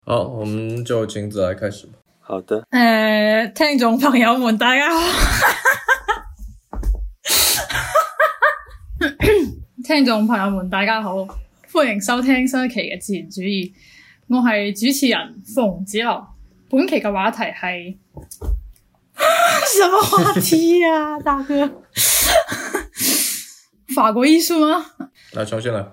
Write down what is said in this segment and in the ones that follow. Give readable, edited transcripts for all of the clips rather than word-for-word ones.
好，我们就请子来开始吧。 好的。 聽眾朋友們大家好聽眾朋友們大家好，歡迎收聽新一期嘅自然主義，我係主持人馮子樂。本期嘅話題係什麼話題啊，大哥？法國藝術嗎？ 來，重新來。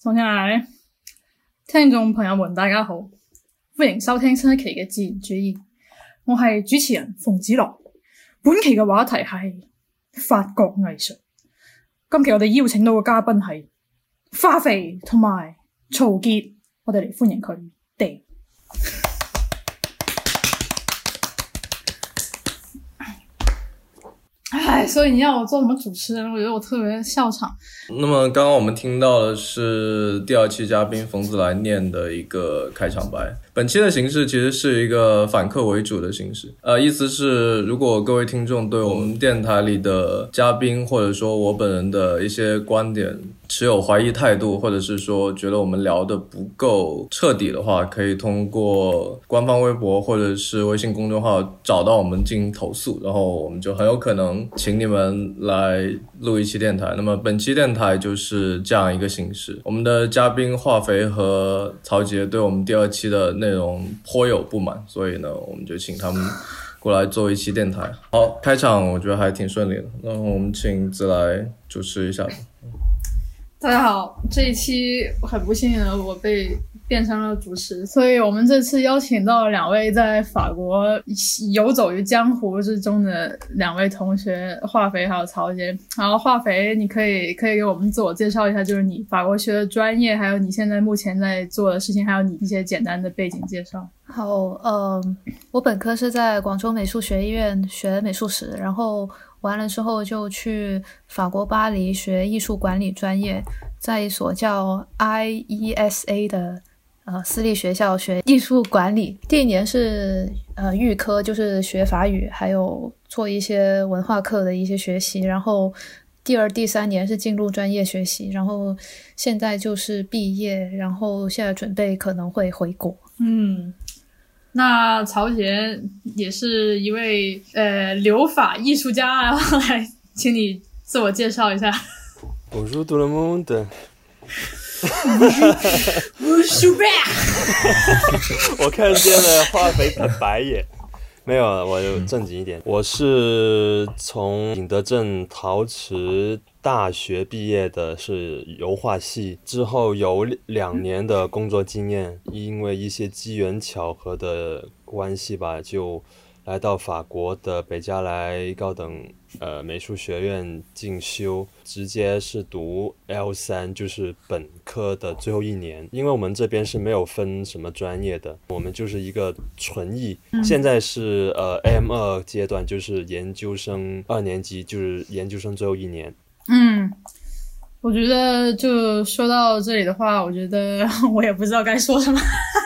聽眾朋友們大家好，歡迎收聽新一期嘅自然主義，我係主持人馮子樂。本期嘅話題係法國藝術。今期我哋邀請到嘅嘉賓係化肥同埋曹傑，我哋嚟歡迎佢哋。哎，所以你要我做什麼主持人？我覺得我特別笑場。 那麼剛剛我們聽到的是第二期嘉賓馮子來念的一個開場白。本期的形式其實是一個反客為主的形式，意思是如果各位聽眾對我們電台裡的嘉賓或者說我本人的一些觀點持有懷疑態度，或者是說覺得我們聊得不夠徹底的話，可以通過官方微博或者是微信公眾號找到我們進行投訴，然後我們就很有可能請你們來錄一期電台。那麼本期電台就是這樣一個形式。我們的嘉賓化肥和曹傑對我們第二期的內容頗有不滿，所以呢我們就請他們過來做一期電台。好，開場我覺得還挺順利的，那我們請子來主持一下吧。 大家好，這一期很不幸的我被變成了主持，所以我們這次邀請到兩位在法國遊走於江湖之中的兩位同學，化肥還有曹傑。然後化肥，你可以給我們自我介紹一下，就是你法國學的專業，還有你現在目前在做的事情，還有你一些簡單的背景介紹。 好，我本科是在廣州美術學院學美術史，然後完了之後就去法國巴黎學藝術管理專業，在一所叫 IESA 的私立學校學藝術管理。第一年是預科，就是學法語，還有做一些文化課的一些學習，然後第二、第三年是進入專業學習，然後現在就是畢業，然後現在準備可能會回國。 那曹傑也是一位留法藝術家，然後來請你自我介紹一下。 Bonjour tout le monde。我看見了化肥的白眼。沒有，我就正經一點。我是從景德鎮陶瓷大學畢業的，是油畫系，之後有2年的工作經驗，因為一些機緣巧合的關係吧，就來到法國的北加萊高等美術學院進修，直接是讀 L3，就是本科的最後1年。因為我們這邊是沒有分什麼專業的，我們就是一個純藝。現在是AM2 階段，就是研究生2年級，就是研究生最後1年。 我覺得就說到這裡的話，我覺得我也不知道該說什麼。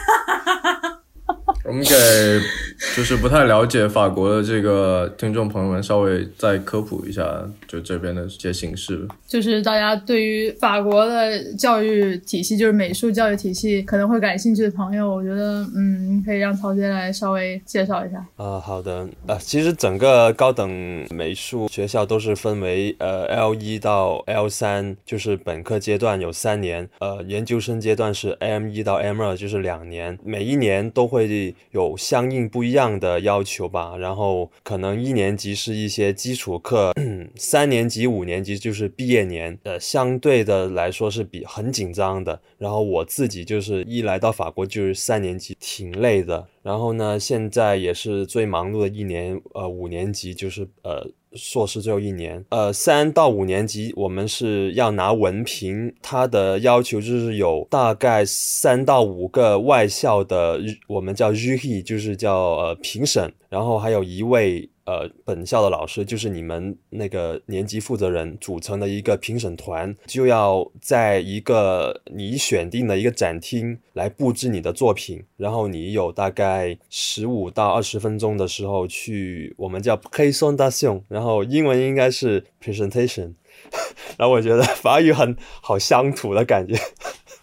我們給就是不太了解法國的這個聽眾朋友們稍微再科普一下就這邊的一些形式。就是大家對於法國的教育體系，就是美術教育體系可能會感興趣的朋友，我覺得可以讓曹傑來稍微介紹一下。 好的。其實整個高等美術學校都是分為L1 到 L3，就是本科階段有3年，研究生階段是 AM1 到 AM2，就是2年，每一年都會有相應不一樣的要求吧，然後可能1年級是一些基礎課，3年級5年級就是畢業年，相對的來說是很緊張的。然後我自己就是一來到法國就是3年級挺累的，然後呢現在也是最忙碌的1年，5年級就是碩士最後1年，3到5年級我們是要拿文憑，它的要求就是有大概3到5個外校的，我們叫 jury， 就是叫評審，然後還有1位本校的老師，就是你們那個年級負責人組成的一個評審團，就要在一個你選定的一個展廳來佈置你的作品，然後你有大概15到20分鐘的時候去，我們叫 présentation， 然後英文應該是 presentation， 然後我覺得法語好鄉土的感覺。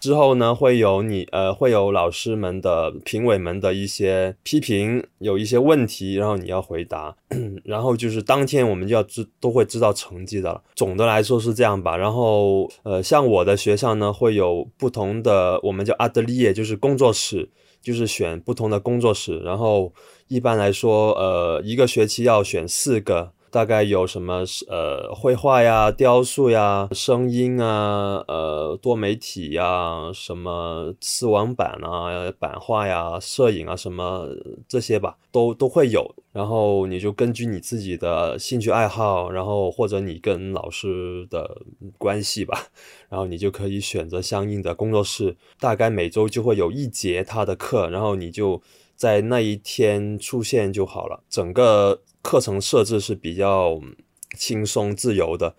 之后呢会有老师们的评委们的一些批评，有一些问题，然后你要回答然后就是当天我们就都会知道成绩的了。总的来说是这样吧。然后像我的学校呢会有不同的，我们叫atelier，就是工作室，就是选不同的工作室，然后一般来说一个学期要选4个，大概有什么绘画呀、雕塑呀、声音啊、多媒体呀、什么丝网版啊、版画呀、摄影啊什么这些吧，都会有。然后你就根据你自己的兴趣爱好，然后或者你跟老师的关系吧，然后你就可以选择相应的工作室。大概每周就会有1节他的课，然后你就在那一天出现就好了。整个课程设置是比较轻松自由的。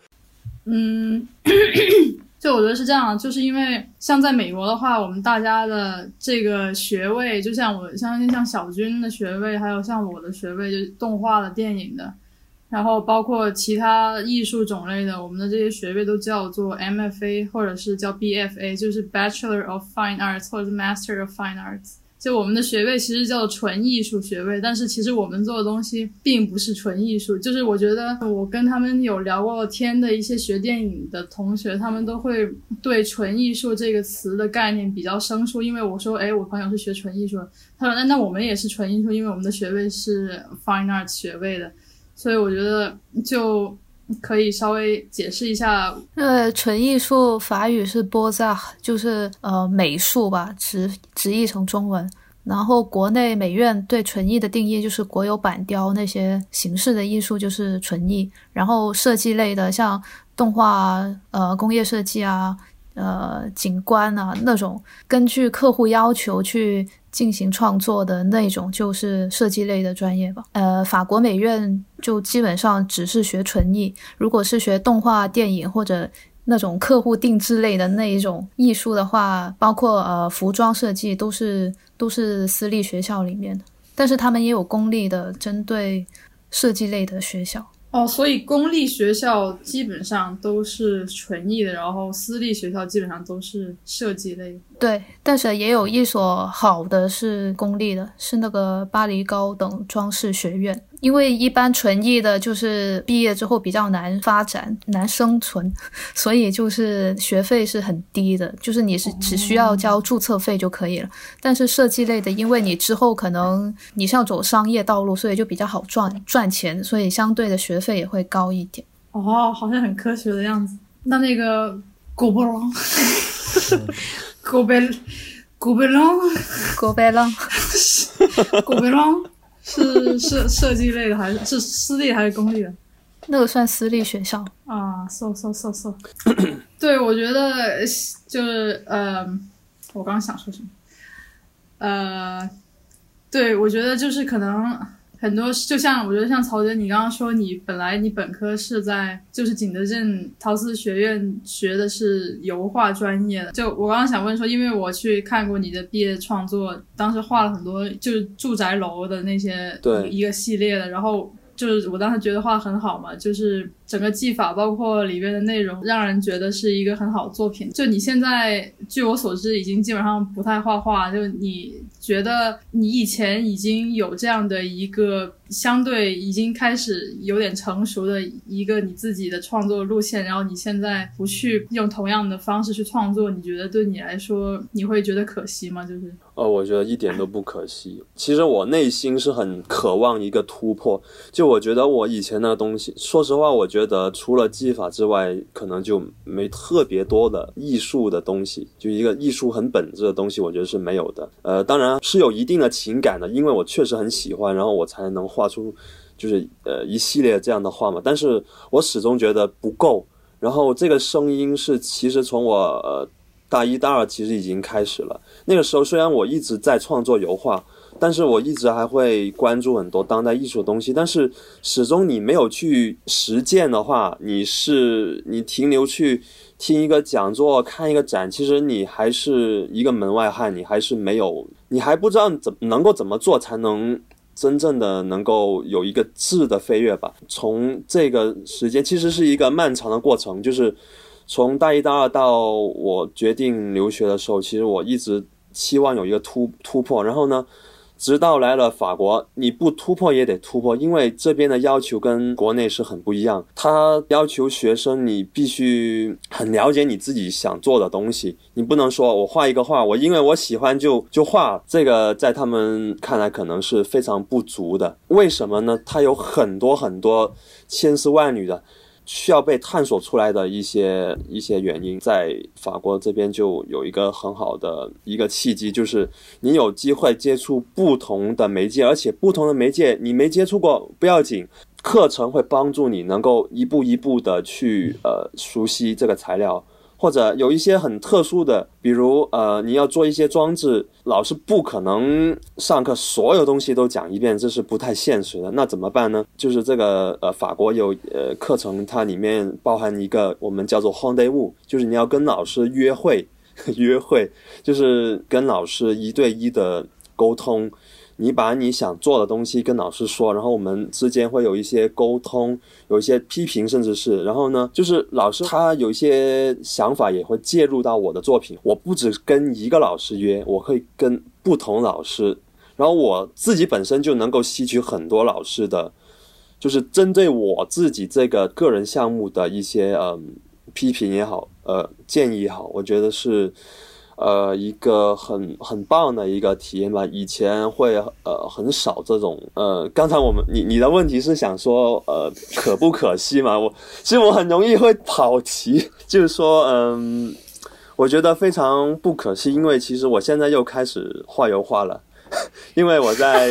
就我觉得是这样，就是因为像在美国的话，我们大家的这个学位，就像像小军的学位，还有像我的学位，就是动画的、电影的，然后包括其他艺术种类的，我们的这些学位都叫做 MFA 或者是叫 BFA， 就是 Bachelor of Fine Arts 或者是 Master of Fine Arts。就我们的学位其实叫做纯艺术学位，但是其实我们做的东西并不是纯艺术。就是我觉得我跟他们有聊过天的一些学电影的同学，他们都会对纯艺术这个词的概念比较生疏。因为我说我朋友是学纯艺术的，他说那我们也是纯艺术，因为我们的学位是 Fine Arts 学位的。所以我觉得就可以稍微解释一下。 纯艺术法语是 Beaux-Arts， 就是美术吧，直译成中文。然后国内美院对纯艺的定义就是国有板雕那些形式的艺术就是纯艺，然后设计类的像动画工业设计啊景观啊那种根据客户要求去进行创作的那种就是设计类的专业吧。法国美院就基本上只是学纯艺，如果是学动画电影或者那种客户定制类的那一种艺术的话，包括服装设计都是私立学校里面的，但是他们也有公立的针对设计类的学校。 所以公立学校基本上都是纯艺的，然后私立学校基本上都是设计类的。 对，但是也有一所好的是公立的，是那个巴黎高等装饰学院。因为一般纯艺的就是毕业之后比较难发展难生存，所以就是学费是很低的，就是你是只需要交注册费就可以了。但是设计类的因为你之后可能你是要走商业道路，所以就比较好赚钱，所以相对的学费也会高一点。 好像很科学的样子。那个狗不狼狗贝狼是设计类的还是私立还是公立的？ 那个算私立学校啊。对，我觉得就是我刚刚想说什么？对，我觉得就是可能很多，就像我觉得像曹杰，你刚刚说你本来你本科是在就是景德镇陶瓷学院学的是油画专业的，就我刚刚想问说，因为我去看过你的毕业创作，当时画了很多就是住宅楼的那些一个系列的，然后就是我当时觉得画很好嘛，就是整个技法包括里面的内容让人觉得是一个很好的作品。就你现在据我所知已经基本上不太画画，就你觉得你以前已经有这样的一个相对已经开始有点成熟的一个你自己的创作路线，然后你现在不去用同样的方式去创作，你觉得对你来说你会觉得可惜吗？就是我觉得一点都不可惜。其实我内心是很渴望一个突破，就我觉得我以前的东西，说实话我觉得除了技法之外可能就没特别多的艺术的东西，就一个艺术很本质的东西我觉得是没有的。当然是有一定的情感的，因为我确实很喜欢，然后我才能画出就是一系列这样的画嘛。但是我始终觉得不够，然后这个声音是其实从我大一大二其实已经开始了。那个时候虽然我一直在创作油画，但是我一直还会关注很多当代艺术的东西，但是始终你没有去实践的话，你停留去听一个讲座看一个展，其实你还是一个门外汉，你还不知道能够怎么做才能真正的能够有一个质的飞跃吧。从这个时间其实是一个漫长的过程，就是从大一大二到我决定留学的时候，其实我一直期望有一个突破，然后呢直到来了法国，你不突破也得突破，因为这边的要求跟国内是很不一样。他要求学生你必须很了解你自己想做的东西，你不能说我画一个画，我因为我喜欢就画，这个在他们看来可能是非常不足的。为什么呢？它有很多千丝万缕的需要被探索出来的一些原因。在法国这边就有一个很好的一个契机，就是你有机会接触不同的媒介，而且不同的媒介你没接触过不要紧，课程会帮助你能够一步一步的去熟悉这个材料。或者有一些很特殊的，比如你要做一些装置，老师不可能上课所有东西都讲一遍，这是不太现实的。那怎么办呢？就是这个法国有课程，它里面包含一个我们叫做 rendezvous， 就是你要跟老师约会就是跟老师一对一的沟通，你把你想做的东西跟老师说，然后我们之间会有一些沟通，有一些批评，甚至是然后呢就是老师他有一些想法也会介入到我的作品，我不只跟一个老师约，我会跟不同老师，然后我自己本身就能够吸取很多老师的就是针对我自己这个个人项目的一些批评也好建议也好，我觉得是一个很棒的一个体验吧。以前会很少这种刚才你的问题是想说可不可惜嘛？其实我很容易会跑题，就是说我觉得非常不可惜，因为其实我现在又开始画油画了，因为我在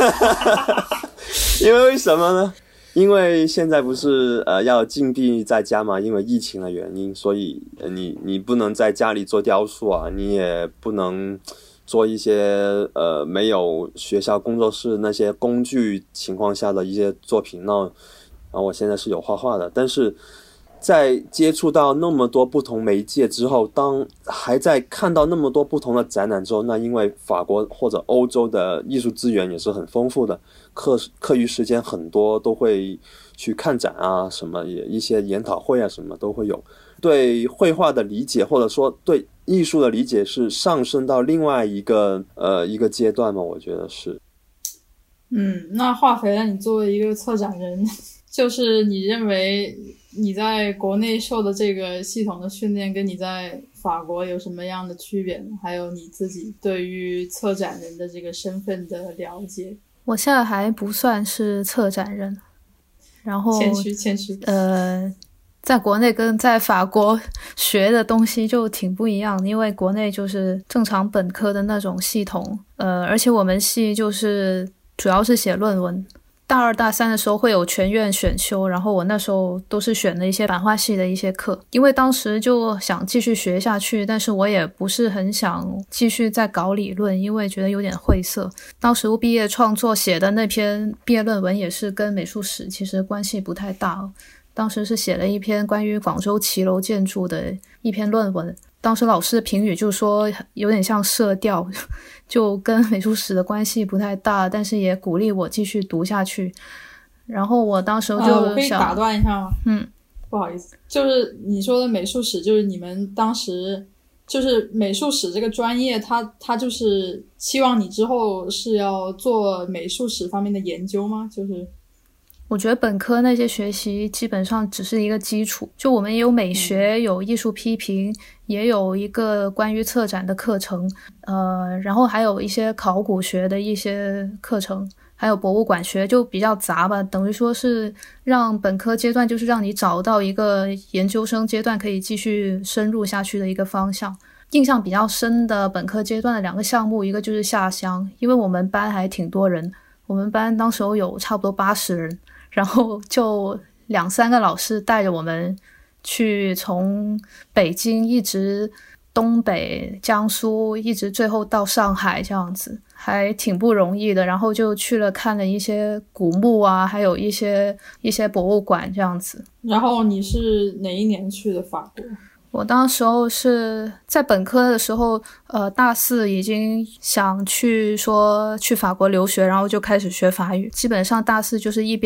因为什么呢？因为现在不是要禁闭在家嘛，因为疫情的原因，所以你不能在家里做雕塑啊，你也不能做一些没有学校工作室那些工具情况下的一些作品。然后我现在是有画画的，但是在接触到那么多不同媒介之后，当还在看到那么多不同的展览之后，那因为法国或者欧洲的艺术资源也是很丰富的，课余时间很多都会去看展啊，什么也一些研讨会啊什么都会有，对绘画的理解或者说对艺术的理解是上升到另外一个阶段嘛，我觉得是。 那话回来，你作为一个策展人，就是你认为你在国内受的这个系统的训练跟你在法国有什么样的区别呢？还有你自己对于策展人的这个身份的了解？ 我现在还不算是策展人，然后谦虚在国内跟在法国学的东西就挺不一样的，因为国内就是正常本科的那种系统，而且我们系就是主要是写论文，大二大三的时候会有全院选修，然后我那时候都是选了一些版画系的一些课，因为当时就想继续学下去，但是我也不是很想继续再搞理论，因为觉得有点晦涩。当时我毕业创作写的那篇毕业论文也是跟美术史其实关系不太大，当时是写了一篇关于广州骑楼建筑的一篇论文，当时老师的评语就说有点像色调，就跟美术史的关系不太大，但是也鼓励我继续读下去。然后我当时就想我可以打断一下吗？不好意思，就是你说的美术史，就是你们当时就是美术史这个专业，它就是期望你之后是要做美术史方面的研究吗？就是我觉得本科那些学习基本上只是一个基础，就我们也有美学，有艺术批评，也有一个关于策展的课程，然后还有一些考古学的一些课程，还有博物馆学，就比较杂吧，等于说是让本科阶段就是让你找到一个研究生阶段可以继续深入下去的一个方向。印象比较深的本科阶段的2个项目，一个就是下乡，因为我们班还挺多人，我们班当时有差不多80人，然后就2-3个老师带着我们去从北京一直东北江苏一直最后到上海，这样子还挺不容易的。然后就去了看了一些古墓啊，还有一些博物馆这样子。 然后你是哪一年去的法国？ 我当时候是在本科的时候，大4已经想去法国留学，然后就开始学法语。基本上大4就是一边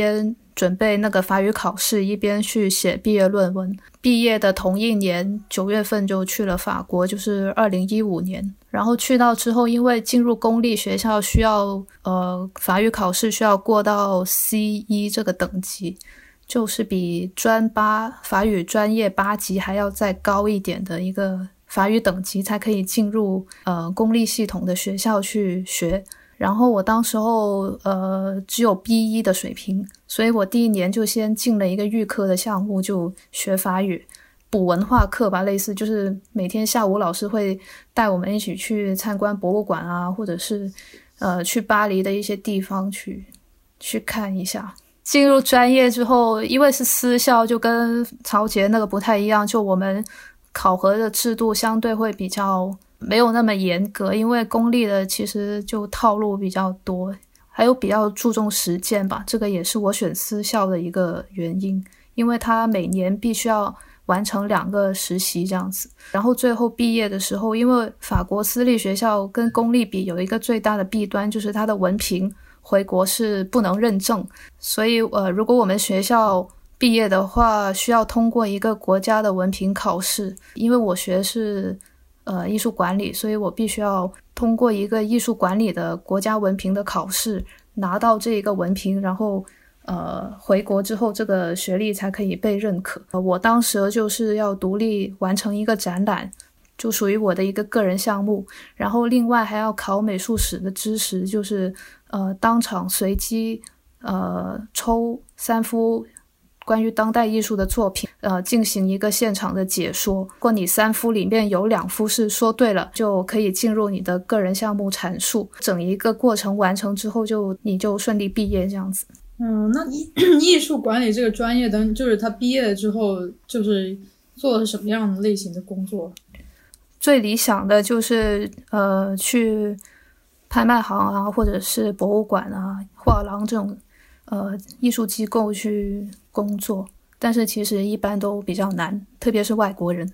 准备那个法语考试，一边去写毕业论文。毕业的同一年9月份就去了法国，就是2015年。然后去到之后，因为进入公立学校需要法语考试需要过到 C1 这个等级，就是比专8法语专业8级还要再高一点的一个法语等级，才可以进入公立系统的学校去学。然后我当时候只有 B1 的水平，所以我第一年就先进了一个预科的项目，就学法语，补文化课吧，类似就是每天下午老师会带我们一起去参观博物馆啊，或者是去巴黎的一些地方去看一下。进入专业之后，因为是私校，就跟曹杰那个不太一样，就我们考核的制度相对会比较没有那么严格，因为公立的其实就套路比较多，还有比较注重实践吧，这个也是我选私校的一个原因，因为他每年必须要完成2个实习这样子。然后最后毕业的时候，因为法国私立学校跟公立比有一个最大的弊端，就是它的文凭回国是不能认证，所以如果我们学校毕业的话，需要通过一个国家的文凭考试。因为我学的是艺术管理，所以我必须要通过一个艺术管理的国家文凭的考试，拿到这一个文凭，然后回国之后这个学历才可以被认可。我当时就是要独立完成一个展览，就属于我的一个个人项目，然后另外还要考美术史的知识，就是当场随机抽3幅关于当代艺术的作品，进行一个现场的解说。如果你3幅里面有2幅是说对了，就可以进入你的个人项目阐述。整一个过程完成之后，你就顺利毕业这样子。 那艺术管理这个专业就是他毕业了之后，就是做的是什么样的类型的工作？ 最理想的就是去拍卖行啊，或者是博物馆啊、画廊这种艺术机构去工作，但是其实一般都比较难，特别是外国人。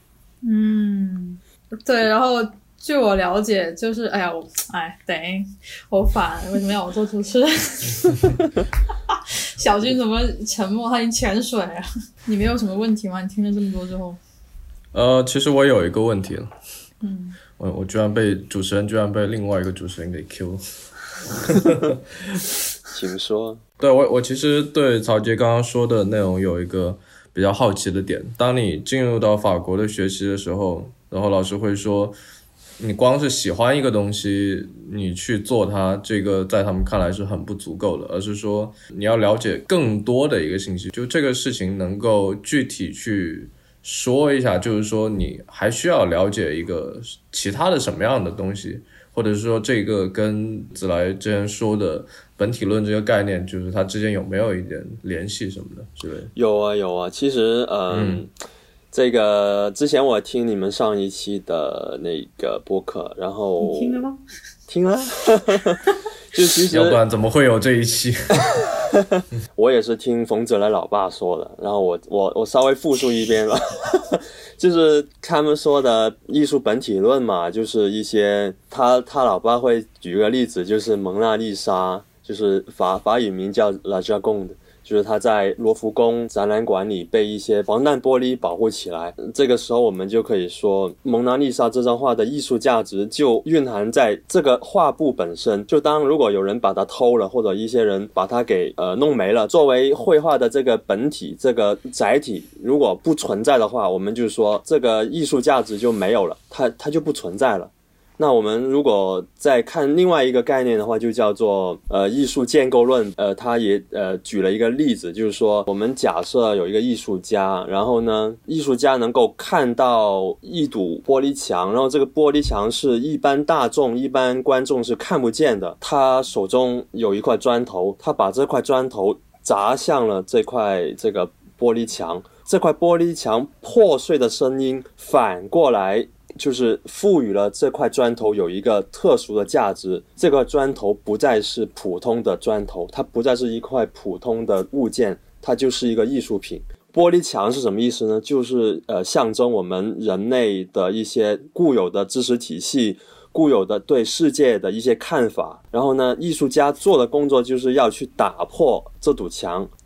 对，然后据我了解，就是我烦，为什么要我做主持人？小军怎么沉默？他已经潜水了。你没有什么问题吗？你听了这么多之后？ 其实我有一个问题了。我居然被另外一个主持人给 Q 了。 请说。 对，我其实对曹杰刚刚说的内容有一个比较好奇的点。当你进入到法国的学习的时候，然后老师会说，你光是喜欢一个东西，你去做它，这个在他们看来是很不足够的，而是说你要了解更多的一个信息。就这个事情能够具体去说一下，就是说你还需要了解一个其他的什么样的东西，或者是说这个跟子来之前说的本体论这个概念，就是它之间有没有一点联系什么的之类的？ 有啊，其实这个之前我听你们上一期的那个播客，然后你听了吗？ 听了。就其实要不然怎么会有这一期？ 我也是听冯子来老爸说的，然后我稍微复述一遍吧。就是他们说的艺术本体论嘛，就是一些他老爸会举个例子，就是蒙娜丽莎，就是法语名叫 La Gioconde， 就是他在罗浮宫展览馆里被一些防弹玻璃保护起来。这个时候我们就可以说，蒙娜丽莎这张画的艺术价值就蕴含在这个画布本身。就当如果有人把它偷了，或者一些人把它给弄没了，作为绘画的这个本体，这个载体如果不存在的话，我们就说这个艺术价值就没有了，它就不存在了。那我们如果再看另外一个概念的话，就叫做艺术建构论。他也举了一个例子，就是说我们假设有一个艺术家，然后呢艺术家能够看到一堵玻璃墙，然后这个玻璃墙是一般大众一般观众是看不见的，他手中有一块砖头，他把这块砖头砸向了这个玻璃墙，这块玻璃墙破碎的声音反过来就是赋予了这块砖头有一个特殊的价值。这块砖头不再是普通的砖头，它不再是一块普通的物件，它就是一个艺术品。玻璃墙是什么意思呢？就是象征我们人类的一些固有的知识体系，固有的对世界的一些看法。然后呢，艺术家做的工作就是要去打破这堵墙，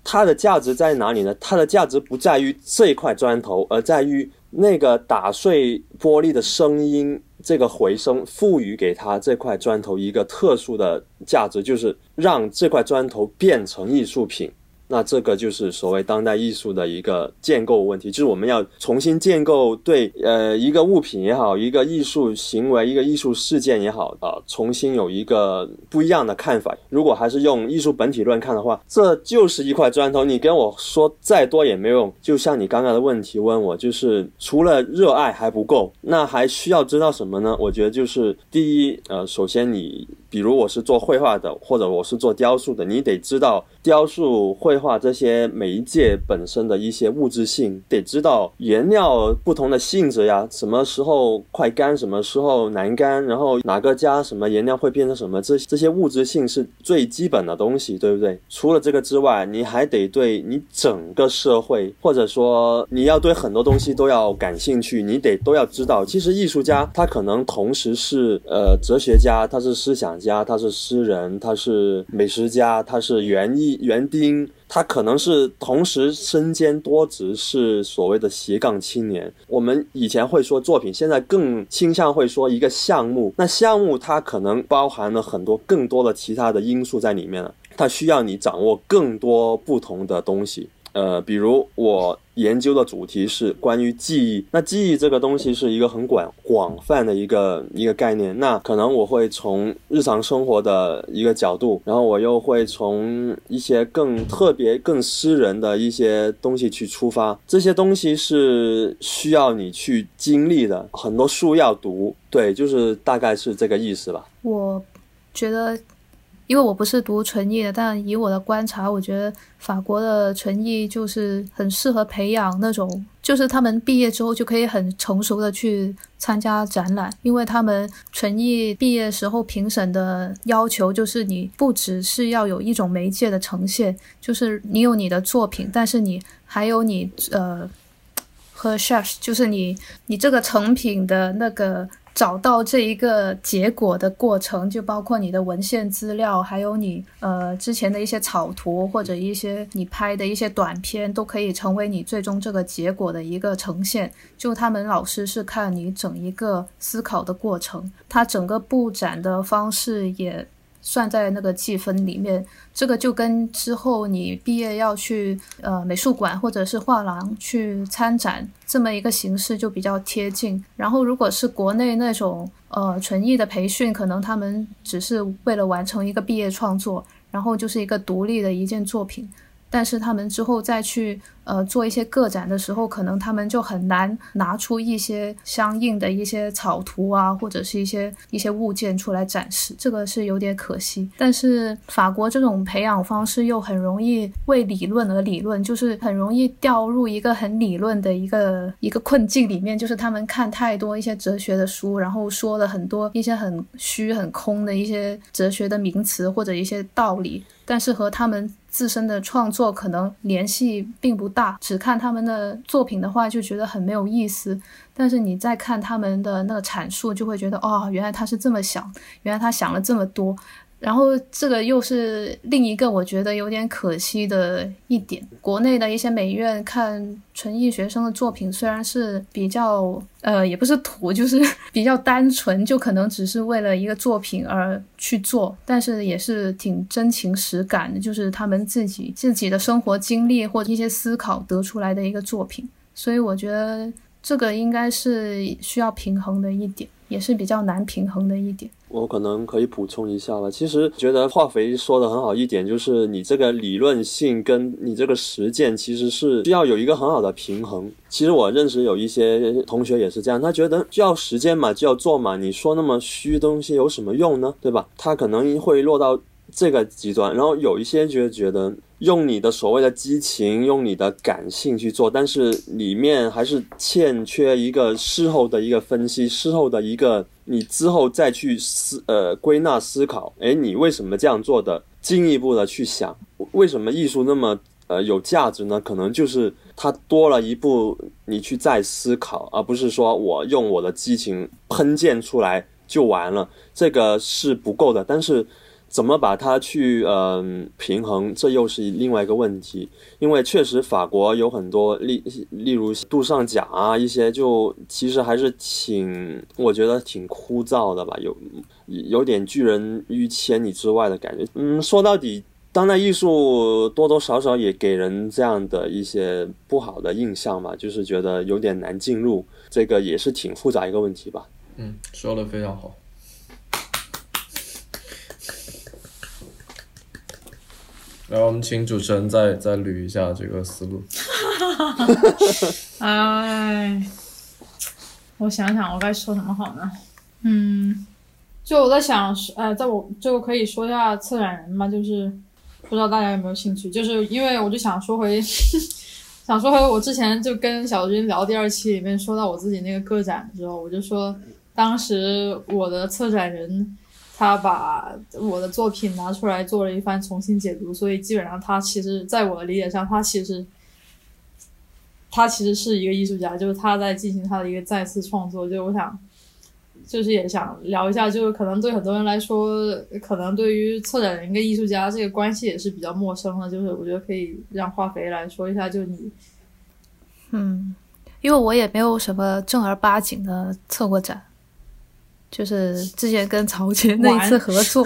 它的价值在哪里呢？它的价值不在于这一块砖头，而在于那个打碎玻璃的声音，这个回声赋予给它这块砖头一个特殊的价值，就是让这块砖头变成艺术品。那这个就是所谓当代艺术的一个建构问题，就是我们要重新建构对一个物品也好，一个艺术行为，一个艺术事件也好重新有一个不一样的看法。如果还是用艺术本体论看的话，这就是一块砖头，你跟我说再多也没有用。就像你刚刚的问题问我，就是除了热爱还不够，那还需要知道什么呢？我觉得就是第一首先你比如我是做绘画的，或者我是做雕塑的，你得知道雕塑绘画这些媒介本身的一些物质性，得知道颜料不同的性质呀，什么时候快干，什么时候难干，然后哪个加什么颜料会变成什么，这些物质性是最基本的东西，对不对？除了这个之外，你还得对你整个社会，或者说你要对很多东西都要感兴趣，你都要知道。其实艺术家他可能同时是哲学家，他是思想家，他是诗人，他是美食家，他是园丁，他可能是同时身兼多职，是所谓的斜杠青年。我们以前会说作品，现在更倾向会说一个项目。那项目它可能包含了很多更多的其他的因素在里面了，它需要你掌握更多不同的东西。比如我研究的主题是关于记忆，那记忆这个东西是一个很广泛的一个概念，那可能我会从日常生活的一个角度，然后我又会从一些更特别更私人的一些东西去出发，这些东西是需要你去经历的，很多书要读，对，就是大概是这个意思吧。 我觉得因为我不是读纯艺的，但以我的观察，我觉得法国的纯艺就是很适合培养那种，就是他们毕业之后就可以很成熟的去参加展览，因为他们纯艺毕业时候评审的要求就是你不只是要有一种媒介的呈现，就是你有你的作品，但是你还有你和 recherche， 就是你这个成品的那个找到这一个结果的过程，就包括你的文献资料，还有你之前的一些草图，或者一些你拍的一些短片，都可以成为你最终这个结果的一个呈现。就他们老师是看你整一个思考的过程，他整个布展的方式也算在那个计分里面。这个就跟之后你毕业要去美术馆或者是画廊去参展这么一个形式就比较贴近。然后如果是国内那种纯艺的培训，可能他们只是为了完成一个毕业创作，然后就是一个独立的一件作品，但是他们之后再去做一些个展的时候，可能他们就很难拿出一些相应的一些草图啊，或者是一些物件出来展示，这个是有点可惜。但是法国这种培养方式又很容易为理论而理论，就是很容易掉入一个很理论的一个困境里面，就是他们看太多一些哲学的书，然后说了很多一些很虚很空的一些哲学的名词或者一些道理，但是和他们自身的创作可能联系并不大，只看他们的作品的话就觉得很没有意思，但是你再看他们的那个阐述就会觉得原来他是这么想，原来他想了这么多。然后这个又是另一个我觉得有点可惜的一点，国内的一些美院看纯艺学生的作品虽然是比较也不是土，就是比较单纯，就可能只是为了一个作品而去做，但是也是挺真情实感的，就是他们自己的生活经历或者一些思考得出来的一个作品。所以我觉得这个应该是需要平衡的一点，也是比较难平衡的一点。 我可能可以补充一下了，其实觉得化肥说的很好一点，就是你这个理论性跟你这个实践其实是需要有一个很好的平衡。其实我认识有一些同学也是这样，他觉得就要实践嘛，就要做嘛，你说那么虚东西有什么用呢，对吧？他可能会落到这个极端，然后有一些就觉得用你的所谓的激情，用你的感性去做，但是里面还是欠缺一个事后的一个分析，事后的一个你之后再去归纳思考，你为什么这样做的，进一步的去想为什么艺术那么有价值呢？可能就是它多了一步你去再思考，而不是说我用我的激情喷溅出来就完了，这个是不够的。但是怎么把它去平衡，这又是另外一个问题。因为确实法国有很多例如杜尚奖啊，一些就其实还是我觉得挺枯燥的吧，有点拒人于千里之外的感觉。说到底当代艺术多多少少也给人这样的一些不好的印象吧，就是觉得有点难进入，这个也是挺复杂一个问题吧。 说得非常好。然后我们请主持人再捋一下这个思路。 我想想我该说什么好呢？就我在想，我就可以说一下策展人嘛，就是不知道大家有没有兴趣，就是因为我就想说回我之前就跟小军聊第2期里面说到我自己那个个展的时候，我就说当时我的策展人他把我的作品拿出来做了一番重新解读，所以基本上他其实在我的理解上他其实是一个艺术家，就是他在进行他的一个再次创作。就我想就是也想聊一下，就是可能对很多人来说，可能对于策展人跟艺术家这个关系也是比较陌生的，就是我觉得可以让化肥来说一下，就你因为我也没有什么正儿八经的策过展，就是之前跟曹杰那一次合作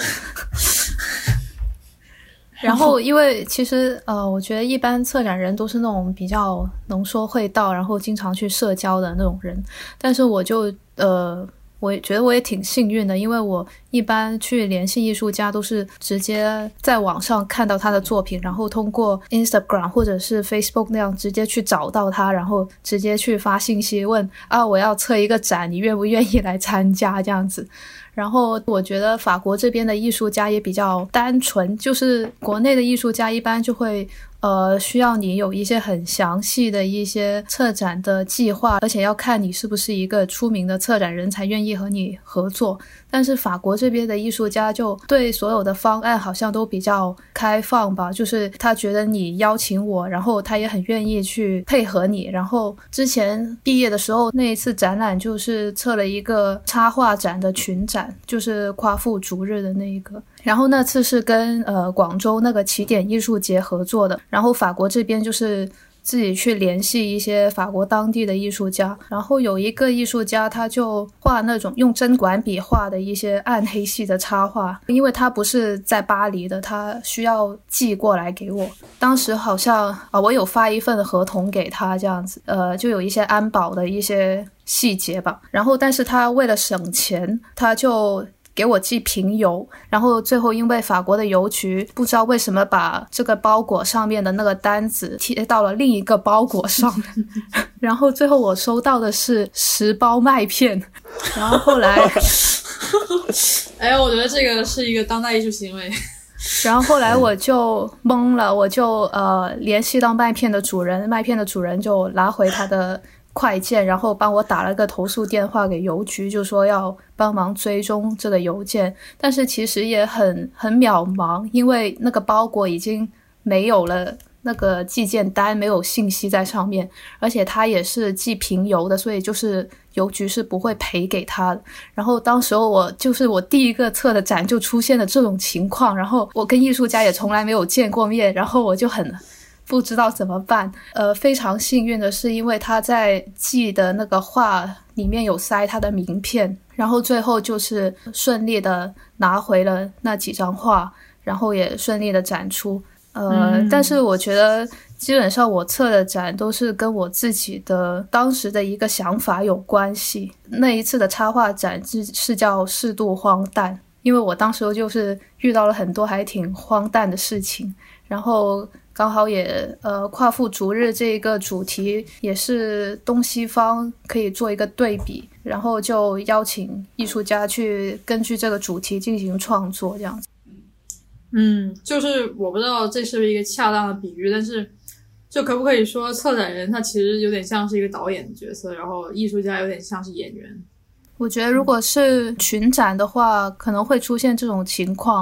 然后因为其实我觉得一般策展人都是那种比较能说会道，然后经常去社交的那种人，但是我就我觉得我也挺幸运的，因为我一般去联系艺术家都是直接在网上看到他的作品，然后通过 Instagram 或者是 Facebook 那样直接去找到他，然后直接去发信息问我要策一个展，你愿不愿意来参加这样子。然后我觉得法国这边的艺术家也比较单纯，就是国内的艺术家一般就会需要你有一些很详细的一些策展的计划，而且要看你是不是一个出名的策展人才愿意和你合作。但是法国这边的艺术家就对所有的方案好像都比较开放吧，就是他觉得你邀请我，然后他也很愿意去配合你。然后之前毕业的时候那一次展览就是策了一个插画展的群展，就是夸父逐日的那一个，然后那次是跟广州那个起点艺术节合作的，然后法国这边就是自己去联系一些法国当地的艺术家，然后有一个艺术家他就画那种用针管笔画的一些暗黑系的插画，因为他不是在巴黎的，他需要寄过来给我。当时好像我有发一份合同给他这样子，就有一些安保的一些细节吧，然后但是他为了省钱他就给我寄平邮，然后最后因为法国的邮局不知道为什么把这个包裹上面的那个单子贴到了另一个包裹上然后最后我收到的是10包麦片，然后后来我觉得这个是一个当代艺术行为然后后来我就懵了，我就联系到麦片的主人，麦片的主人就拿回他的快件，然后帮我打了个投诉电话给邮局，就说要帮忙追踪这个邮件，但是其实也很渺茫，因为那个包裹已经没有了那个寄件单，没有信息在上面，而且他也是寄平邮的，所以就是邮局是不会赔给他的。然后当时我第一个策的展就出现了这种情况，然后我跟艺术家也从来没有见过面，然后我就很不知道怎么办。非常幸运的是因为他在寄的那个画里面有塞他的名片，然后最后就是顺利的拿回了那几张画，然后也顺利的展出。但是我觉得基本上我策的展都是跟我自己的当时的一个想法有关系。那一次的插画展是叫适度荒诞，因为我当时就是遇到了很多还挺荒诞的事情，然后刚好也夸父逐日这个主题也是东西方可以做一个对比，然后就邀请艺术家去根据这个主题进行创作这样子。 就是我不知道这是不是一个恰当的比喻，但是就可不可以说策展人他其实有点像是一个导演的角色，然后艺术家有点像是演员。 我觉得如果是群展的话可能会出现这种情况，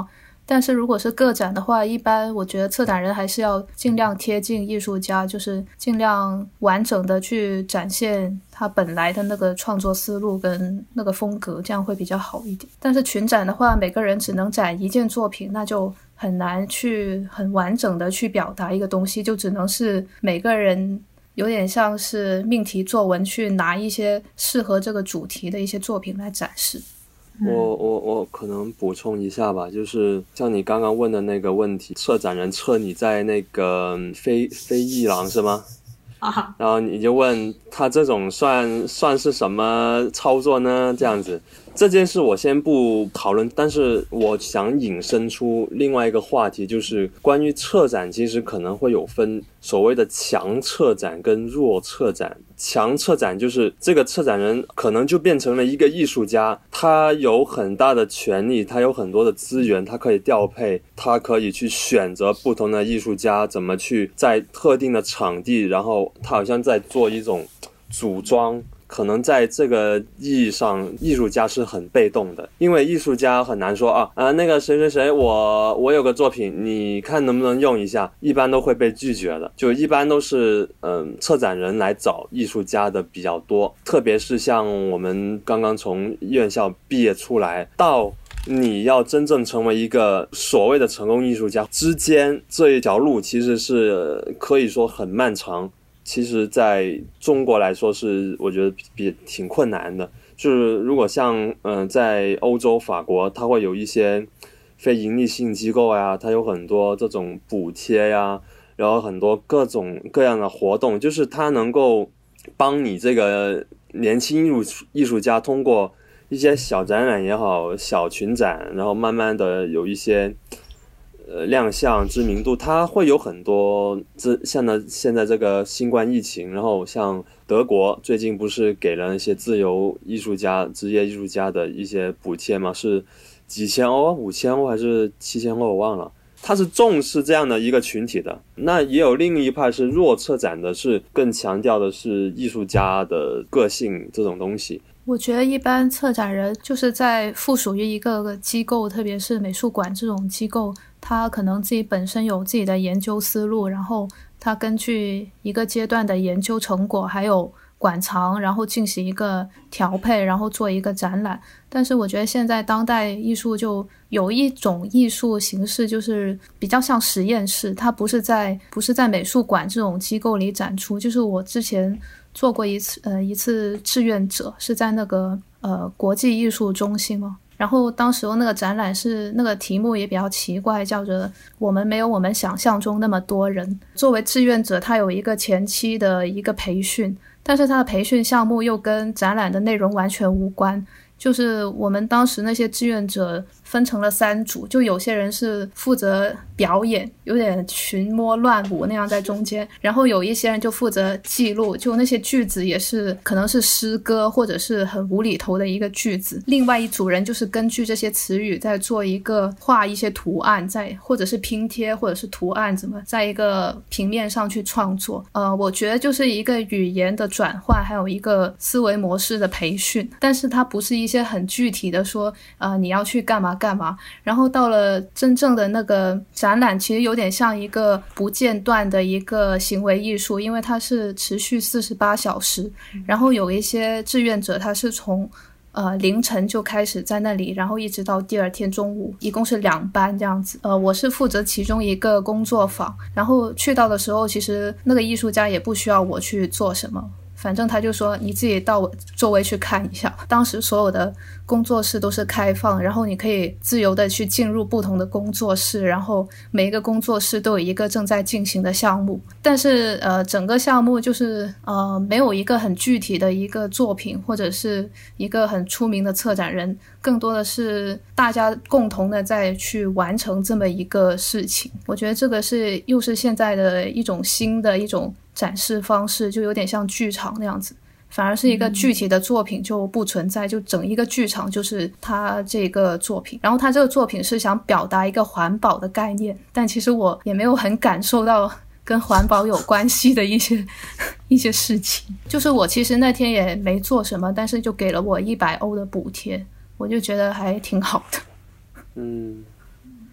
但是如果是个展的话，一般我觉得策展人还是要尽量贴近艺术家，就是尽量完整的去展现他本来的那个创作思路跟那个风格，这样会比较好一点。但是群展的话，每个人只能展一件作品，那就很难去很完整的去表达一个东西，就只能是每个人有点像是命题作文，去拿一些适合这个主题的一些作品来展示。 我可能补充一下吧，就是像你刚刚问的那个问题，策展人测你在那个非艺廊是吗？然后你就问他这种算是什么操作呢？这样子，这件事我先不讨论，但是我想引申出另外一个话题，就是关于策展，其实可能会有分所谓的强策展跟弱策展。强策展就是这个策展人可能就变成了一个艺术家，他有很大的权利，他有很多的资源，他可以调配，他可以去选择不同的艺术家怎么去在特定的场地，然后他好像在做一种组装。可能在这个意义上，艺术家是很被动的，因为艺术家很难说那个谁谁谁，我有个作品，你看能不能用一下，一般都会被拒绝的。就一般都是策展人来找艺术家的比较多，特别是像我们刚刚从院校毕业出来到你要真正成为一个所谓的成功艺术家之间，这一条路其实是可以说很漫长。其实在中国来说是我觉得挺困难的，就是如果像在欧洲法国，它会有一些非盈利性机构呀，它有很多这种补贴呀，然后很多各种各样的活动，就是它能够帮你这个年轻艺术家通过一些小展览也好，小群展，然后慢慢的有一些亮相知名度，它会有很多像现在这个新冠疫情，然后像德国最近不是给了那些自由艺术家职业艺术家的一些补贴吗？是几千欧5000欧还是7000欧我忘了，它是重视这样的一个群体的。那也有另一派是弱策展的，是更强调的是艺术家的个性这种东西。 我觉得一般策展人就是在附属于一个机构，特别是美术馆这种机构，他可能自己本身有自己的研究思路，然后他根据一个阶段的研究成果还有馆藏，然后进行一个调配，然后做一个展览。但是我觉得现在当代艺术就有一种艺术形式，就是比较像实验室，它不是在美术馆这种机构里展出。就是我之前做过一次志愿者，是在那个国际艺术中心嘛。然后当时那个展览是那个题目也比较奇怪，叫着我们没有我们想象中那么多人。作为志愿者，他有一个前期的一个培训，但是他的培训项目又跟展览的内容完全无关。就是我们当时那些志愿者分成了3组，就有些人是负责表演，有点群魔乱舞那样在中间，然后有一些人就负责记录，就那些句子也是可能是诗歌或者是很无厘头的一个句子。另外一组人就是根据这些词语在做画一些图案，或者是拼贴或者是图案怎么在一个平面上去创作。我觉得就是一个语言的转换，还有一个思维模式的培训，但是它不是一些很具体的说你要去干嘛干嘛。然后到了真正的那个展览，其实有点像一个不间断的一个行为艺术，因为它是持续48小时。然后有一些志愿者他是从凌晨就开始在那里，然后一直到第二天中午，一共是2班这样子。我是负责其中一个工作坊，然后去到的时候，其实那个艺术家也不需要我去做什么，反正他就说你自己到周围去看一下。当时所有的工作室都是开放，然后你可以自由的去进入不同的工作室，然后每一个工作室都有一个正在进行的项目。但是整个项目就是没有一个很具体的一个作品或者是一个很出名的策展人，更多的是大家共同的在去完成这么一个事情。我觉得这个又是现在的一种新的一种展示方式，就有点像剧场那样子，反而是一个具体的作品就不存在，就整一个剧场就是他这个作品。然后他这个作品是想表达一个环保的概念，但其实我也没有很感受到跟环保有关系的一些事情。就是我其实那天也没做什么，但是就给了我100欧的补贴，我就觉得还挺好的。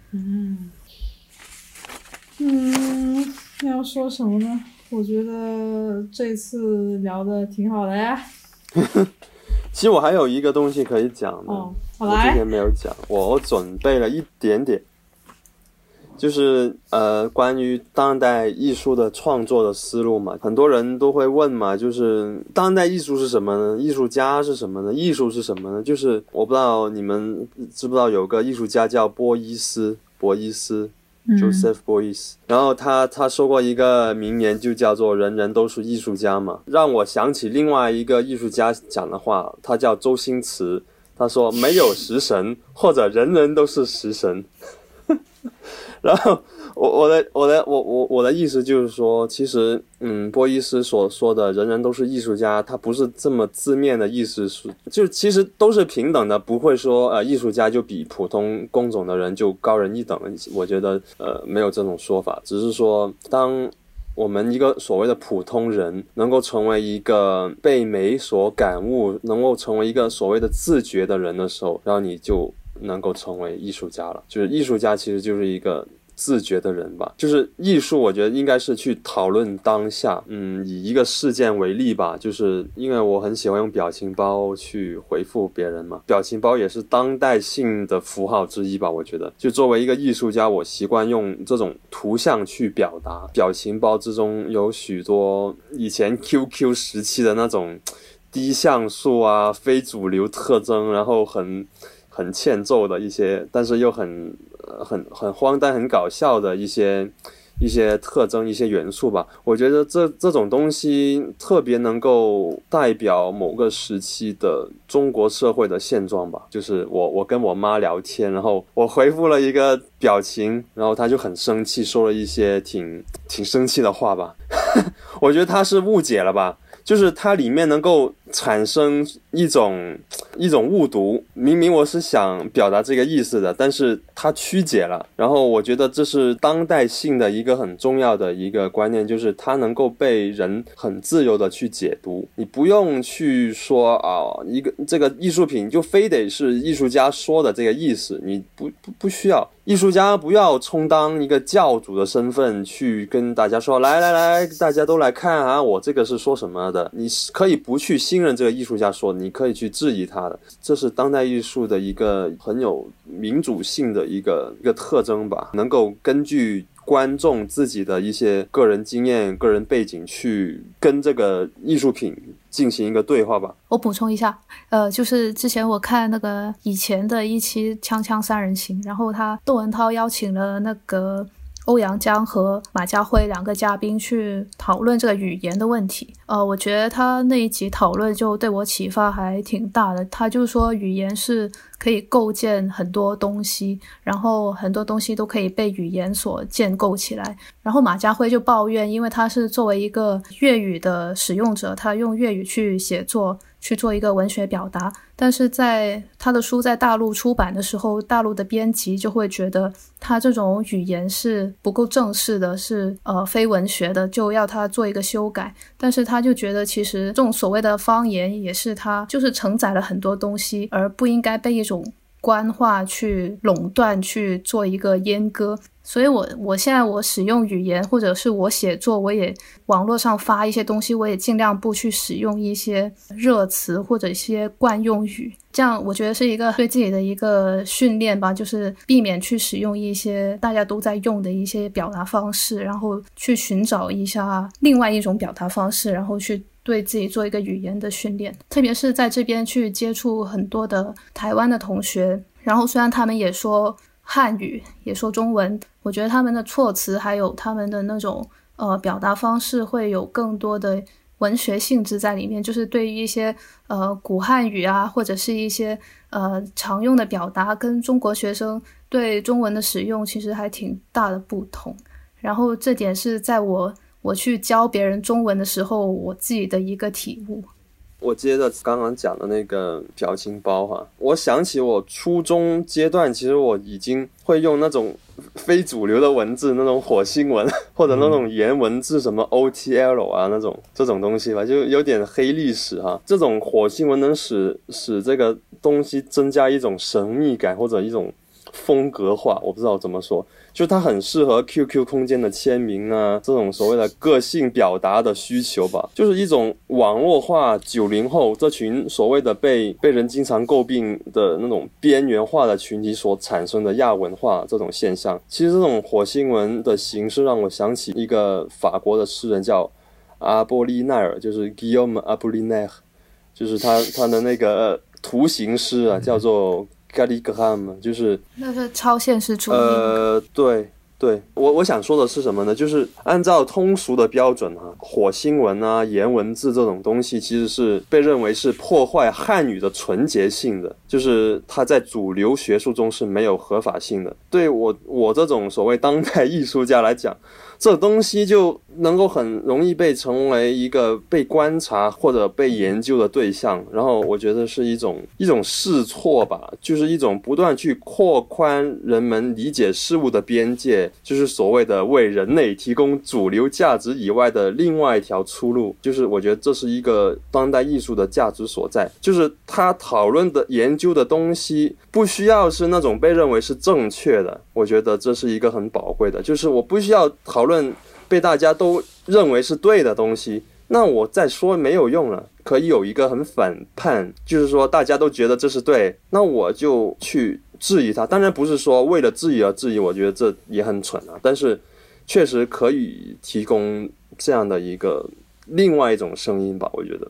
要说什么呢？我觉得这次聊的挺好的呀。 其实我还有一个东西可以讲的， 好我之前没有讲，我准备了一点点，就是关于当代艺术的创作的思路嘛，很多人都会问嘛，就是当代艺术是什么呢？艺术家是什么呢？艺术是什么呢？就是我不知道你们知不知道有个艺术家叫博伊斯Joseph Beuys， 然后他说过一个名言，就叫做人人都是艺术家嘛，让我想起另外一个艺术家讲的话，他叫周星驰，他说没有食神，或者人人都是食神。然后我的意思就是说，其实波伊斯所说的人人都是艺术家，他不是这么字面的意思，就其实都是平等的，不会说艺术家就比普通工种的人就高人一等，我觉得没有这种说法，只是说当我们一个所谓的普通人能够成为一个被美所感悟，能够成为一个所谓的自觉的人的时候，然后你就能够成为艺术家了。就是艺术家其实就是一个自觉的人吧，就是艺术我觉得应该是去讨论当下。以一个事件为例吧，就是因为我很喜欢用表情包去回复别人嘛，表情包也是当代性的符号之一吧，我觉得就作为一个艺术家，我习惯用这种图像去表达。表情包之中有许多以前 QQ 时期的那种低像素啊，非主流特征，然后很欠揍的一些，但是又很荒诞很搞笑的一些特征，一些元素吧。我觉得这种东西特别能够代表某个时期的中国社会的现状吧。就是我跟我妈聊天，然后我回复了一个表情，然后她就很生气，说了一些挺生气的话吧。我觉得她是误解了吧，就是它里面能够产生一种误读，明明我是想表达这个意思的，但是它曲解了。然后我觉得这是当代性的一个很重要的一个观念，就是它能够被人很自由的去解读。你不用去说这个艺术品就非得是艺术家说的这个意思，你不需要。艺术家不要充当一个教主的身份去跟大家说来大家都来看啊，我这个是说什么的。你可以不去信任这个艺术家说，你可以去质疑他的，这是当代艺术的一个很有民主性的一个特征吧，能够根据观众自己的一些个人经验、个人背景去跟这个艺术品进行一个对话吧。 我补充一下，就是之前我看那个以前的一期《锵锵三人行》，然后窦文涛邀请了那个欧阳江和马家辉两个嘉宾去讨论这个语言的问题。我觉得他那一集讨论就对我启发还挺大的。他就说语言是可以构建很多东西，然后很多东西都可以被语言所建构起来。然后马家辉就抱怨，因为他是作为一个粤语的使用者，他用粤语去写作，去做一个文学表达，但是在他的书在大陆出版的时候，大陆的编辑就会觉得他这种语言是不够正式的，是非文学的，就要他做一个修改。但是他就觉得其实这种所谓的方言也是他就是承载了很多东西，而不应该被一种官话去垄断，去做一个阉割。所以我现在我使用语言，或者是我写作，我也网络上发一些东西，我也尽量不去使用一些热词或者一些惯用语，这样我觉得是一个对自己的一个训练吧，就是避免去使用一些大家都在用的一些表达方式，然后去寻找一下另外一种表达方式，然后去对自己做一个语言的训练。特别是在这边去接触很多的台湾的同学，然后虽然他们也说汉语也说中文，我觉得他们的措辞还有他们的那种表达方式会有更多的文学性质在里面，就是对于一些古汉语啊，或者是一些常用的表达，跟中国学生对中文的使用其实还挺大的不同。然后这点是在我去教别人中文的时候我自己的一个体悟。 我接着刚刚讲的那个表情包哈，我想起我初中阶段，其实我已经会用那种非主流的文字，那种火星文或者那种颜文字，什么 OTL 啊那种这种东西吧，就有点黑历史哈。这种火星文能使这个东西增加一种神秘感或者一种风格化，我不知道怎么说，就它很适合 QQ 空间的签名啊，这种所谓的个性表达的需求吧，就是一种网络化90后这群所谓的被人经常诟病的那种边缘化的群体所产生的亚文化这种现象。其实这种火星文的形式让我想起一个法国的诗人叫阿波利奈尔，就是 Guillaume Apollinaire， 就是他的那个图形诗啊，叫做 Calligramme， 就是那是超现实主义。 对，我想说的是什么呢？就是按照通俗的标准啊，火星文啊、颜文字这种东西，其实是被认为是破坏汉语的纯洁性的，就是它在主流学术中是没有合法性的。对我这种所谓当代艺术家来讲，这东西就能够很容易被成为一个被观察或者被研究的对象，然后我觉得是一种试错吧，就是一种不断去扩宽人们理解事物的边界，就是所谓的为人类提供主流价值以外的另外一条出路。就是我觉得这是一个当代艺术的价值所在，就是他讨论的研究的东西不需要是那种被认为是正确的，我觉得这是一个很宝贵的，就是我不需要讨论被大家都认为是对的东西，那我再说没有用了。可以有一个很反叛，就是说大家都觉得这是对，那我就去质疑它。当然不是说为了质疑而质疑，我觉得这也很蠢啊，但是确实可以提供这样的一个另外一种声音吧，我觉得。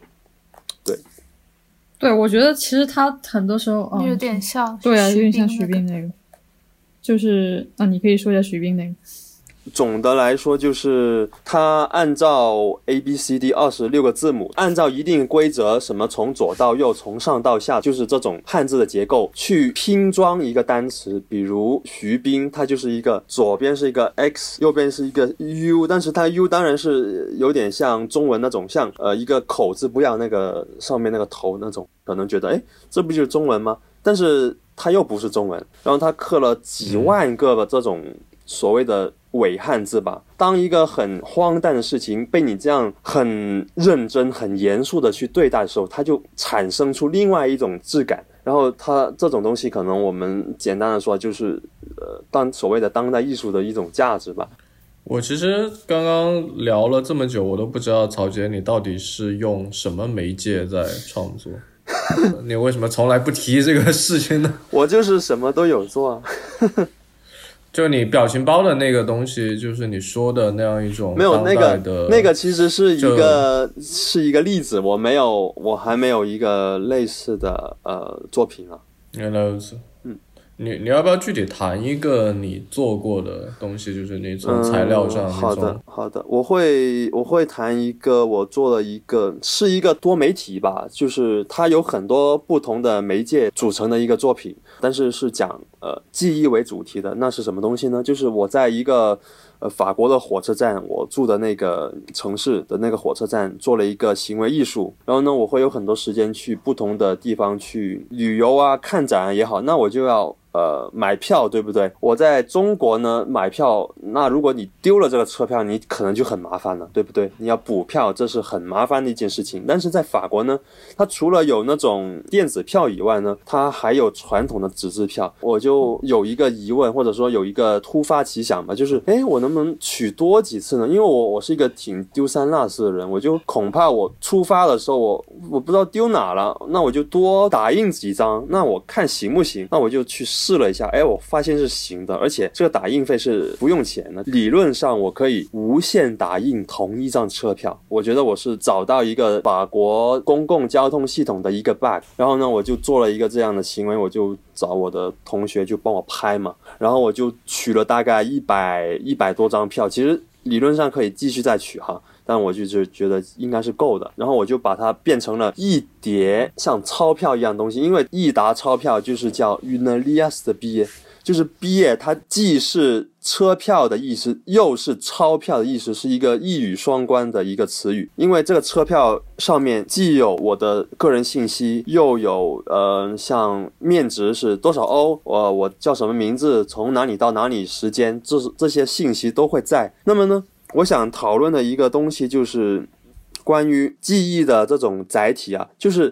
对，我觉得其实他很多时候有点像， 对啊，有点像徐冰那个，就是你可以说一下徐冰那个。 总的来说，就是它按照 ABCD 26个字母，按照一定规则，什么从左到右，从上到下，就是这种汉字的结构去拼装一个单词。比如徐冰，它就是一个左边是一个 X， 右边是一个 U， 但是它 U 当然是有点像中文那种，像一个口字不要那个上面那个头那种，可能觉得这不就是中文吗？但是它又不是中文，然后它刻了几万个的这种所谓的伪汉字吧。当一个很荒诞的事情被你这样很认真很严肃的去对待的时候，它就产生出另外一种质感。然后它这种东西可能我们简单的说就是所谓的当代艺术的一种价值吧。 我其实刚刚聊了这么久，我都不知道曹杰你到底是用什么媒介在创作你为什么从来不提这个事情呢？ 我就是什么都有做啊就你表情包的那个东西，就是你说的那样一种没有当代的那个其实是一个例子，我还没有一个类似的作品啊。 原来如此。你要不要具体谈一个你做过的东西，就是你从材料上好的，我会谈一个我做了是一个多媒体吧，就是它有很多不同的媒介组成的一个作品，但是是讲记忆为主题的。那是什么东西呢？就是我在一个法国的火车站，我住的那个城市的那个火车站做了一个行为艺术，然后呢我会有很多时间去不同的地方去旅游啊，看展也好，那我就要买票，对不对？我在中国呢买票，那如果你丢了这个车票，你可能就很麻烦了，对不对？你要补票，这是很麻烦的一件事情。但是在法国呢，它除了有那种电子票以外呢，它还有传统的纸质票。我就有一个疑问，或者说有一个突发奇想吧，就是我能不能取多几次呢？因为我是一个挺丢三落四的人，我就恐怕我出发的时候我不知道丢哪了，那我就多打印几张，那我看行不行？那我就去试了一下，我发现是行的，而且这个打印费是不用钱的。理论上我可以无限打印同一张车票。我觉得我是找到一个法国公共交通系统的一个 bug， 然后呢我就做了一个这样的行为，我就找我的同学就帮我拍嘛，然后我就取了大概100多张票，其实理论上可以继续再取哈，但我就觉得应该是够的，然后我就把它变成了一叠像钞票一样东西，因为一沓钞票就是叫 une liasse de billets， 就是billet它既是车票的意思又是钞票的意思，是一个一语双关的一个词语。因为这个车票上面既有我的个人信息，又有像面值是多少欧，我叫什么名字，从哪里到哪里，时间，这些信息都会在。那么呢我想讨论的一个东西就是关于记忆的这种载体啊，就是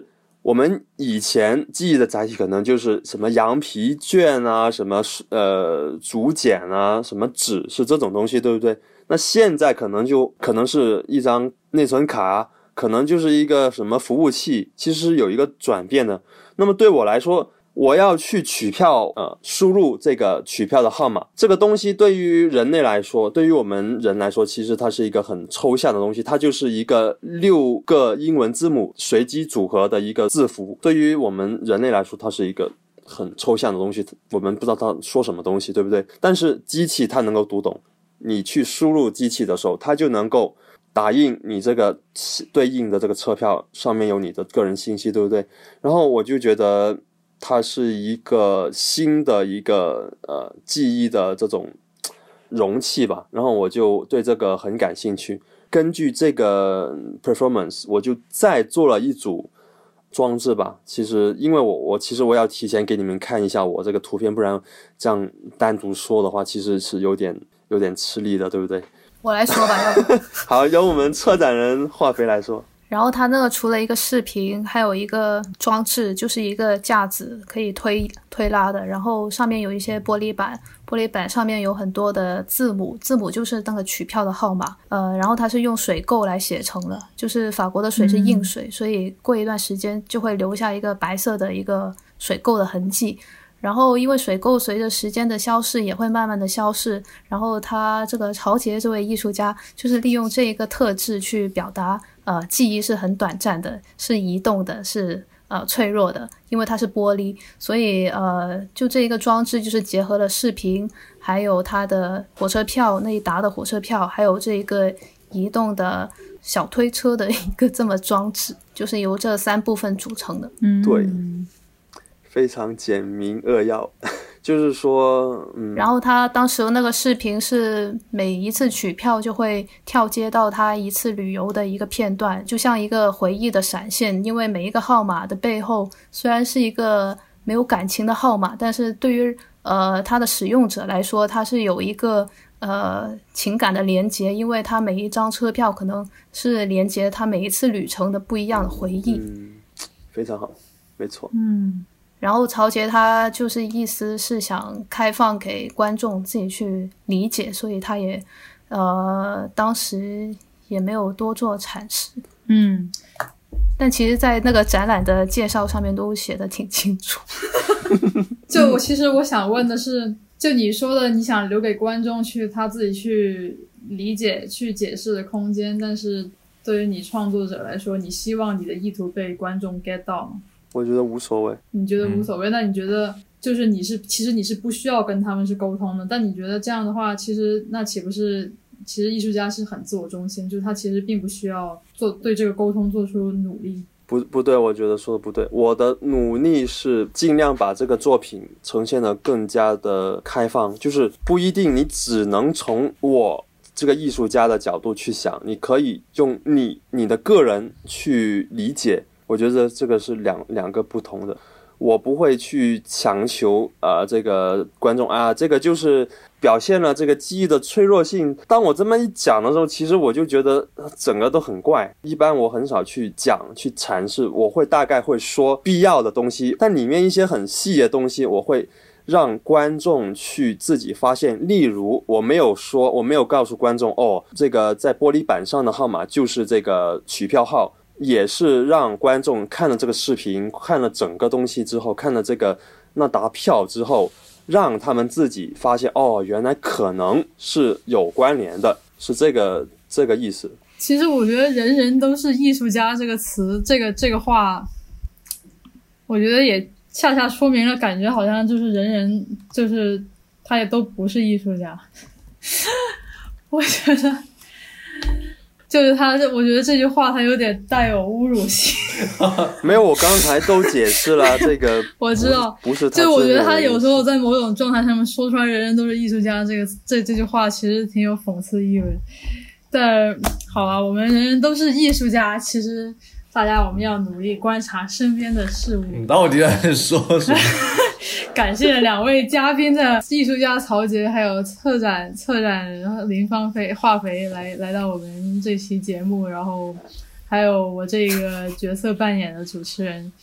我们以前记忆的载体可能就是什么羊皮卷啊，什么竹简啊，什么纸，是这种东西，对不对？那现在可能是一张内存卡，可能就是一个什么服务器，其实有一个转变的。那么对我来说，我要去取票，输入这个取票的号码，这个东西对于人类来说，对于我们人来说，其实它是一个很抽象的东西，它就是一个6个英文字母随机组合的一个字符。对于我们人类来说，它是一个很抽象的东西，我们不知道它说什么东西，对不对？但是机器它能够读懂，你去输入机器的时候，它就能够打印你这个对应的这个车票，上面有你的个人信息，对不对？然后我就觉得它是一个新的一个记忆的这种容器吧，然后我就对这个很感兴趣。根据这个 performance， 我就再做了一组装置吧。其实因为我要提前给你们看一下我这个图片，不然这样单独说的话，其实是有点吃力的，对不对？ 我来说吧，要不好，由我们策展人华肥来说。 然后它那个除了一个视频，还有一个装置，就是一个架子可以推拉的，然后上面有一些玻璃板上面有很多的字母就是那个取票的号码，然后它是用水垢来写成的，就是法国的水是硬水，所以过一段时间就会留下一个白色的一个水垢的痕迹。然后因为水垢随着时间的消逝也会慢慢的消逝，然后他这个曹杰这位艺术家就是利用这一个特质去表达记忆是很短暂的，是移动的，是脆弱的，因为它是玻璃，所以就这一个装置就是结合了视频，还有它的火车票那一沓的火车票，还有这一个移动的小推车的一个这么装置，就是由这3部分组成的。 对，非常简明扼要。就是说然后他当时那个视频是每一次取票就会跳接到他一次旅游的一个片段，就像一个回忆的闪现，因为每一个号码的背后虽然是一个没有感情的号码，但是对于他的使用者来说，他是有一个情感的连结，因为他每一张车票可能是连接他每一次旅程的不一样的回忆。 非常好，没错。 然后曹杰他就是意思是想开放给观众自己去理解，所以他也当时也没有多做阐释。但其实在那个展览的介绍上面都写得挺清楚。 就其实我想问的是，就你说的你想留给观众去他自己去理解去解释的空间，但是对于你创作者来说，你希望你的意图被观众 get 到吗？ 我觉得无所谓。 你觉得无所谓？那你觉得就是其实你是不需要跟他们是沟通的，但你觉得这样的话，其实那岂不是其实艺术家是很自我中心，就是他其实并不需要对这个沟通做出努力？ 不对，我觉得说的不对。我的努力是尽量把这个作品呈现得更加的开放，就是不一定你只能从我这个艺术家的角度去想，你可以用你的个人去理解。我觉得这个是两个不同的，我不会去强求这个观众这个就是表现了这个记忆的脆弱性。当我这么一讲的时候，其实我就觉得整个都很怪。一般我很少去讲去阐释，我会大概会说必要的东西，但里面一些很细的东西我会让观众去自己发现。例如我没有告诉观众这个在玻璃板上的号码就是这个取票号，也是让观众看了这个视频，看了整个东西之后，看了那沓票之后，让他们自己发现原来可能是有关联的，是这个意思。 其实我觉得人人都是艺术家这个词，这个话我觉得也恰恰说明了，感觉好像就是人人就是他也都不是艺术家。我觉得就是我觉得这句话它有点带有侮辱性。 没有，我刚才都解释了这个。 我知道， 不是他。 就我觉得他有时候在某种状态上面说出来人人都是艺术家这句话其实挺有讽刺意味。但好了，我们人人都是艺术家，其实大家我们要努力观察身边的事物。 你到底在说什么？ 感谢2位嘉宾的艺术家曹杰还有策展林芳菲华肥来到我们这期节目，然后还有我这个角色扮演的主持人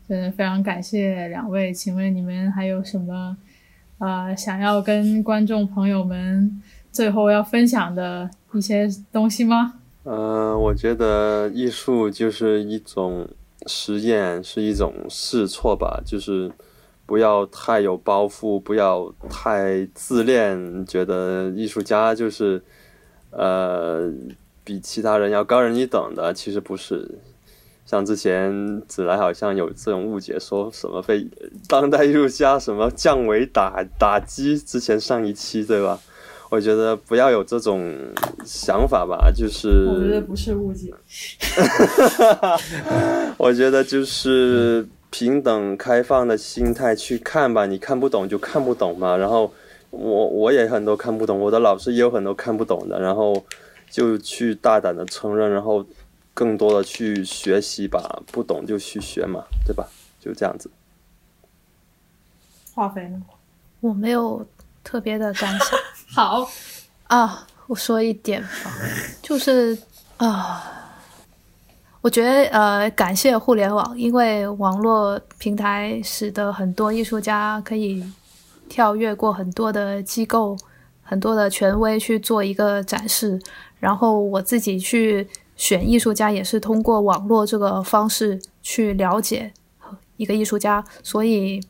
真的非常感谢两位，请问你们还有什么想要跟观众朋友们最后要分享的一些东西吗？ 我觉得艺术就是一种实验，是一种试错吧，就是不要太有包袱，不要太自恋，觉得艺术家就是比其他人要高人一等的，其实不是。像之前子来好像有这种误解，说什么被当代艺术家什么降维打击，之前上一期对吧？我觉得不要有这种想法吧，就是我觉得不是误解。 我觉得就是平等开放的心态去看吧，你看不懂就看不懂嘛。然后我也很多看不懂，我的老师也有很多看不懂的，然后就去大胆的承认，然后更多的去学习吧，不懂就去学嘛，对吧？就这样子。 华妃呢？ 我没有特别的感想。 好我说一点吧，就是我觉得感谢互联网，因为网络平台使得很多艺术家可以跳跃过很多的机构、很多的权威去做一个展示，然后我自己去选艺术家也是通过网络这个方式去了解一个艺术家，所以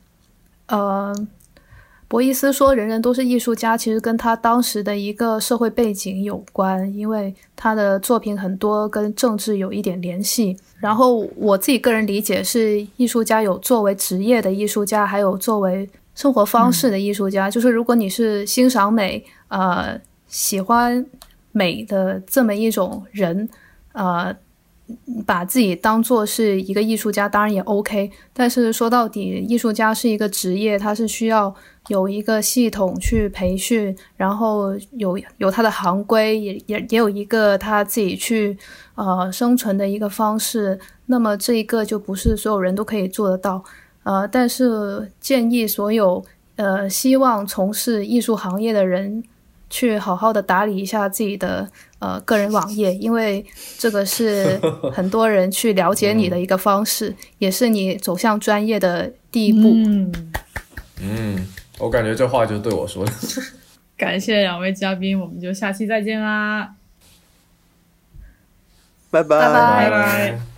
博伊斯说人人都是艺术家，其实跟他当时的一个社会背景有关，因为他的作品很多跟政治有一点联系。然后我自己个人理解是，艺术家有作为职业的艺术家，还有作为生活方式的艺术家。就是如果你是欣赏美喜欢美的这么一种人，把自己当作是一个艺术家当然也 OK， 但是说到底艺术家是一个职业，他是需要有一个系统去培训，然后有他的行规，也有一个他自己去生存的一个方式，那么这一个就不是所有人都可以做得到。但是建议所有希望从事艺术行业的人去好好的打理一下自己的个人网页，因为这个是很多人去了解你的一个方式，也是你走向专业的第一步。 我感觉这话就是对我说的。 感谢两位嘉宾，我们就下期再见啦， 拜拜。 拜拜拜拜。